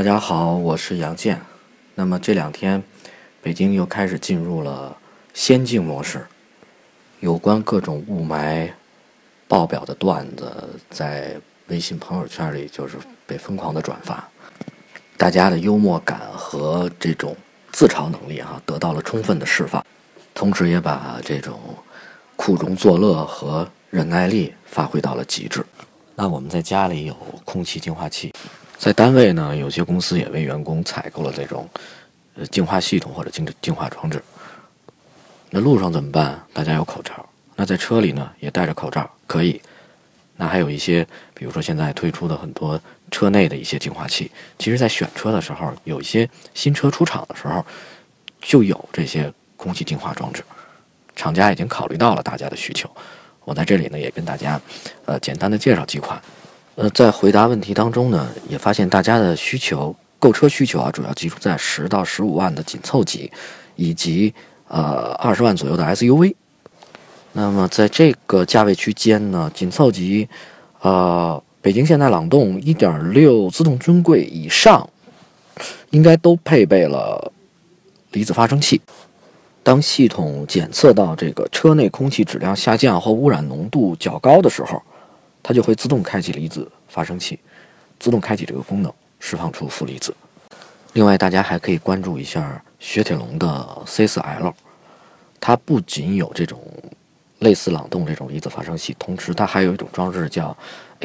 大家好，我是杨健。那么这2天，北京又开始进入了仙境模式，有关各种雾霾爆表的段子，在微信朋友圈里就是被疯狂的转发，大家的幽默感和这种自嘲能力得到了充分的释放，同时也把这种苦中作乐和忍耐力发挥到了极致。那我们在家里有空气净化器，在单位呢，有些公司也为员工采购了这种净化系统或者净化装置。那路上怎么办？大家有口罩。那在车里呢，也戴着口罩可以。那还有一些，比如说现在推出的很多车内的一些净化器，其实在选车的时候，有一些新车出厂的时候就有这些空气净化装置，厂家已经考虑到了大家的需求。我在这里呢，也跟大家简单的介绍几款。在回答问题当中呢，也发现大家的需求，购车需求主要集中在10到15万的紧凑级，以及20万左右的 SUV。那么在这个价位区间呢，紧凑级，北京现代朗动 1.6 自动尊贵以上，应该都配备了离子发生器。当系统检测到这个车内空气质量下降或污染浓度较高的时候，它就会自动开启离子发生器，自动开启这个功能，释放出负离子。另外，大家还可以关注一下雪铁龙的 C4L， 它不仅有这种类似朗动这种离子发生器，同时它还有一种装置叫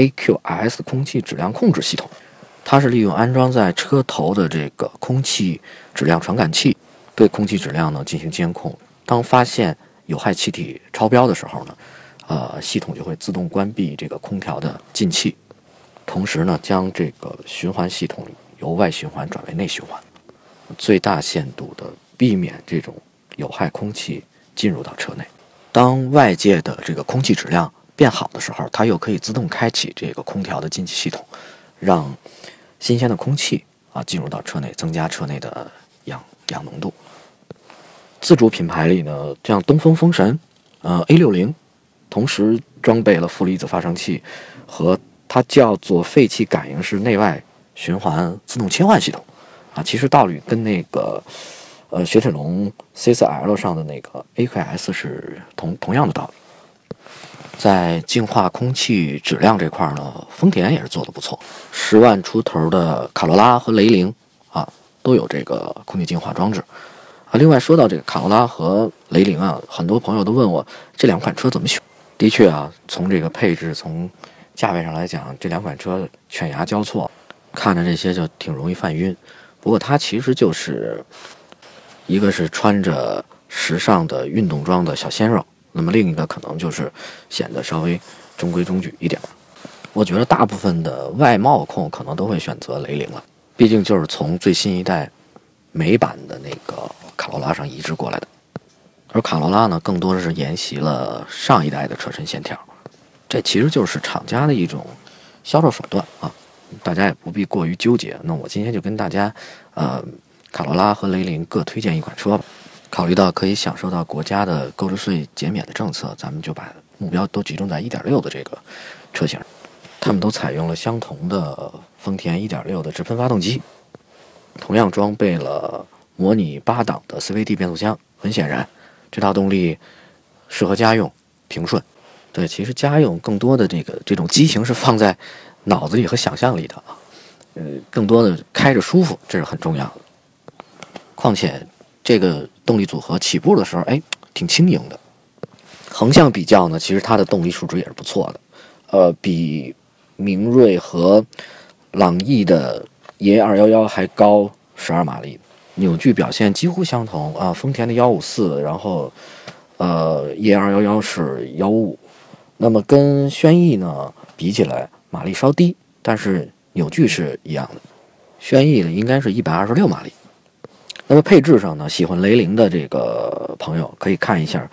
AQS 空气质量控制系统，它是利用安装在车头的这个空气质量传感器，对空气质量呢进行监控。当发现有害气体超标的时候呢，系统就会自动关闭这个空调的进气，同时呢将这个循环系统由外循环转为内循环，最大限度的避免这种有害空气进入到车内。当外界的这个空气质量变好的时候，它又可以自动开启这个空调的进气系统，让新鲜的空气进入到车内，增加车内的氧浓度。自主品牌里呢，像东风风神A60，同时装备了负离子发生器和它叫做废气感应式内外循环自动切换系统其实道理跟那个雪铁龙 C4L 上的那个 AQS 是同样的道理。在净化空气质量这块呢，丰田也是做得不错，10万出头的卡罗拉和雷凌都有这个空气净化装置另外说到这个卡罗拉和雷凌很多朋友都问我这2款车怎么选。的确从这个配置从价位上来讲，这2款车犬牙交错，看着这些就挺容易犯晕。不过它其实就是一个是穿着时尚的运动装的小鲜肉，那么另一个可能就是显得稍微中规中矩一点。我觉得大部分的外貌控可能都会选择雷凌了，毕竟就是从最新一代美版的那个卡罗拉上移植过来的，而卡罗拉呢更多的是沿袭了上一代的车身线条，这其实就是厂家的一种销售手段大家也不必过于纠结。那我今天就跟大家卡罗拉和雷凌各推荐一款车吧。考虑到可以享受到国家的购置税减免的政策，咱们就把目标都集中在 1.6 的这个车型，他们都采用了相同的丰田 1.6 的直喷发动机，同样装备了模拟8档的 CVT 变速箱。很显然这套动力适合家用，平顺。对，其实家用更多的这种激情是放在脑子里和想象里的更多的开着舒服，这是很重要的。况且这个动力组合起步的时候挺轻盈的。横向比较呢，其实它的动力数值也是不错的比明锐和朗逸的爷211还高12马力，扭矩表现几乎相同丰田的154，然后爷211是155。那么跟轩逸呢比起来，马力稍低，但是扭矩是一样的。轩逸的应该是126马力。那么配置上呢，喜欢雷凌的这个朋友可以看一下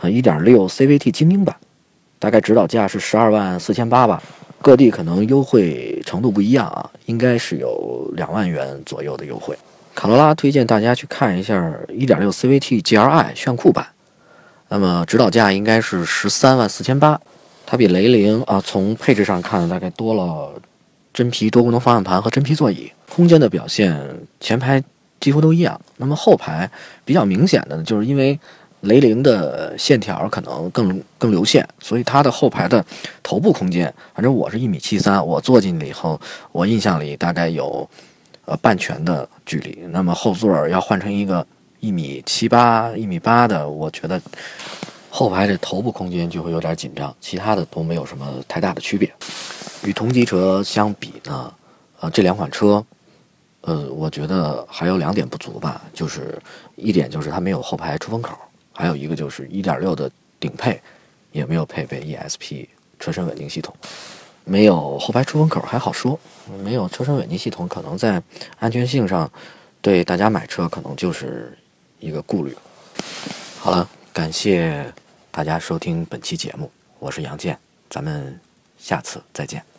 1.6 CVT 精英版，大概指导价是12万4800吧，各地可能优惠程度不一样应该是有2万元左右的优惠。卡罗拉推荐大家去看一下1.6 CVT GLI 炫酷版，那么指导价应该是13万4800，它比雷凌从配置上看大概多了真皮多功能方向盘和真皮座椅。空间的表现，前排几乎都一样。那么后排比较明显的呢，就是因为雷凌的线条可能更流线，所以它的后排的头部空间，反正我是1.73米，我坐进去以后，我印象里大概有半拳的距离。那么后座要换成一个1.78米、1.8米的，我觉得后排的头部空间就会有点紧张，其他的都没有什么太大的区别。与同级车相比呢，这两款车，我觉得还有2点不足吧，就是一点就是它没有后排出风口，还有一个就是1.6的顶配也没有配备 ESP 车身稳定系统。没有后排出风口还好说，没有车身稳定系统，可能在安全性上对大家买车可能就是一个顾虑。好了，感谢大家收听本期节目，我是杨健，咱们下次再见。